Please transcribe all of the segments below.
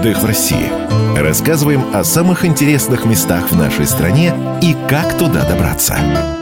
Отдых в России. Рассказываем о самых интересных местах в нашей стране и как туда добраться.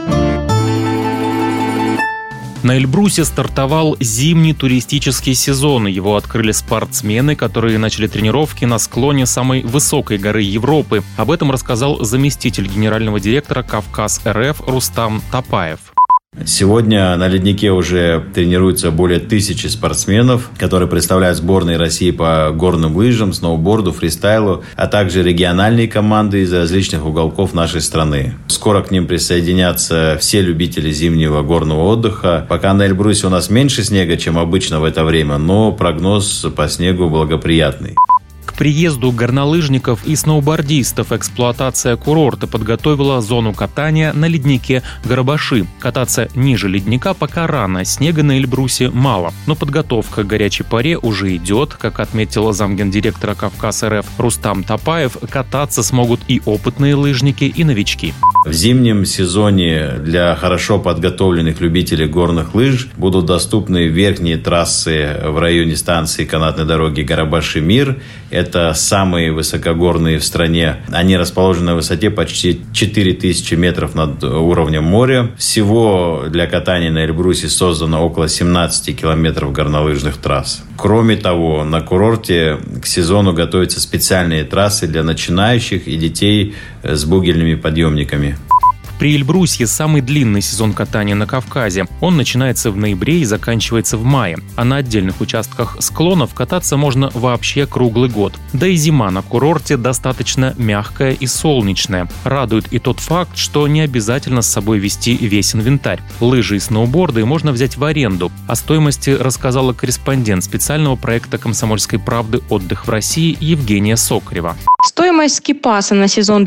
На Эльбрусе стартовал зимний туристический сезон. Его открыли спортсмены, которые начали тренировки на склоне самой высокой горы Европы. Об этом рассказал заместитель генерального директора «Кавказ РФ» Рустам Топаев. Сегодня на леднике уже тренируются более 1000 спортсменов, которые представляют сборные России по горным лыжам, сноуборду, фристайлу, а также региональные команды из различных уголков нашей страны. Скоро к ним присоединятся все любители зимнего горного отдыха. Пока на Эльбрусе у нас меньше снега, чем обычно в это время, но прогноз по снегу благоприятный. К приезду горнолыжников и сноубордистов эксплуатация курорта подготовила зону катания на леднике Гарабаши. Кататься ниже ледника пока рано, снега на Эльбрусе мало. Но подготовка к горячей паре уже идет. Как отметил замгендиректора «Кавказ РФ» Рустам Топаев, кататься смогут и опытные лыжники, и новички. В зимнем сезоне для хорошо подготовленных любителей горных лыж будут доступны верхние трассы в районе станции канатной дороги Гарабаши-Мир. Это самые высокогорные в стране. Они расположены на высоте почти 4000 метров над уровнем моря. Всего для катания на Эльбрусе создано около 17 километров горнолыжных трасс. Кроме того, на курорте к сезону готовятся специальные трассы для начинающих и детей с бугельными подъемниками. При Эльбрусе самый длинный сезон катания на Кавказе. Он начинается в ноябре и заканчивается в мае. А на отдельных участках склонов кататься можно вообще круглый год. Да и зима на курорте достаточно мягкая и солнечная. Радует и тот факт, что не обязательно с собой везти весь инвентарь. Лыжи и сноуборды можно взять в аренду. О стоимости рассказала корреспондент специального проекта «Комсомольской правды. Отдых в России» Евгения Сокарева. Стоимость скипаса на сезон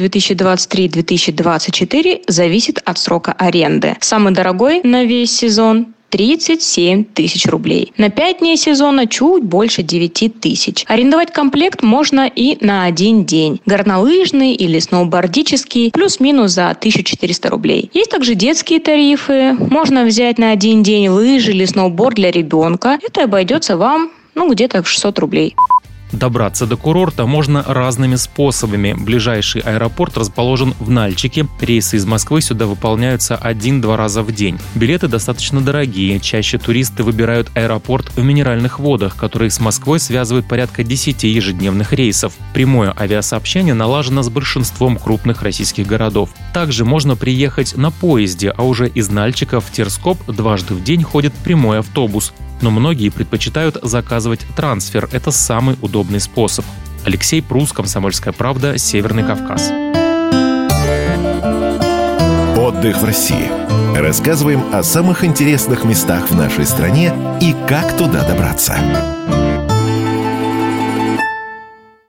2023-2024 зависит от срока аренды. Самый дорогой на весь сезон – 37 тысяч рублей. На 5 дней сезона чуть больше 9 тысяч. Арендовать комплект можно и на один день. Горнолыжный или сноубордический плюс-минус за 1400 рублей. Есть также детские тарифы. Можно взять на один день лыжи или сноуборд для ребенка. Это обойдется вам где-то в 600 рублей. Добраться до курорта можно разными способами. Ближайший аэропорт расположен в Нальчике. Рейсы из Москвы сюда выполняются 1-2 раза в день. Билеты достаточно дорогие. Чаще туристы выбирают аэропорт в Минеральных Водах, который с Москвой связывает порядка 10 ежедневных рейсов. Прямое авиасообщение налажено с большинством крупных российских городов. Также можно приехать на поезде, а уже из Нальчика в Терскоп дважды в день ходит прямой автобус. Но многие предпочитают заказывать трансфер. Это самый удобный способ. Алексей Прус, «Комсомольская правда», Северный Кавказ. Отдых в России. Рассказываем о самых интересных местах в нашей стране и как туда добраться.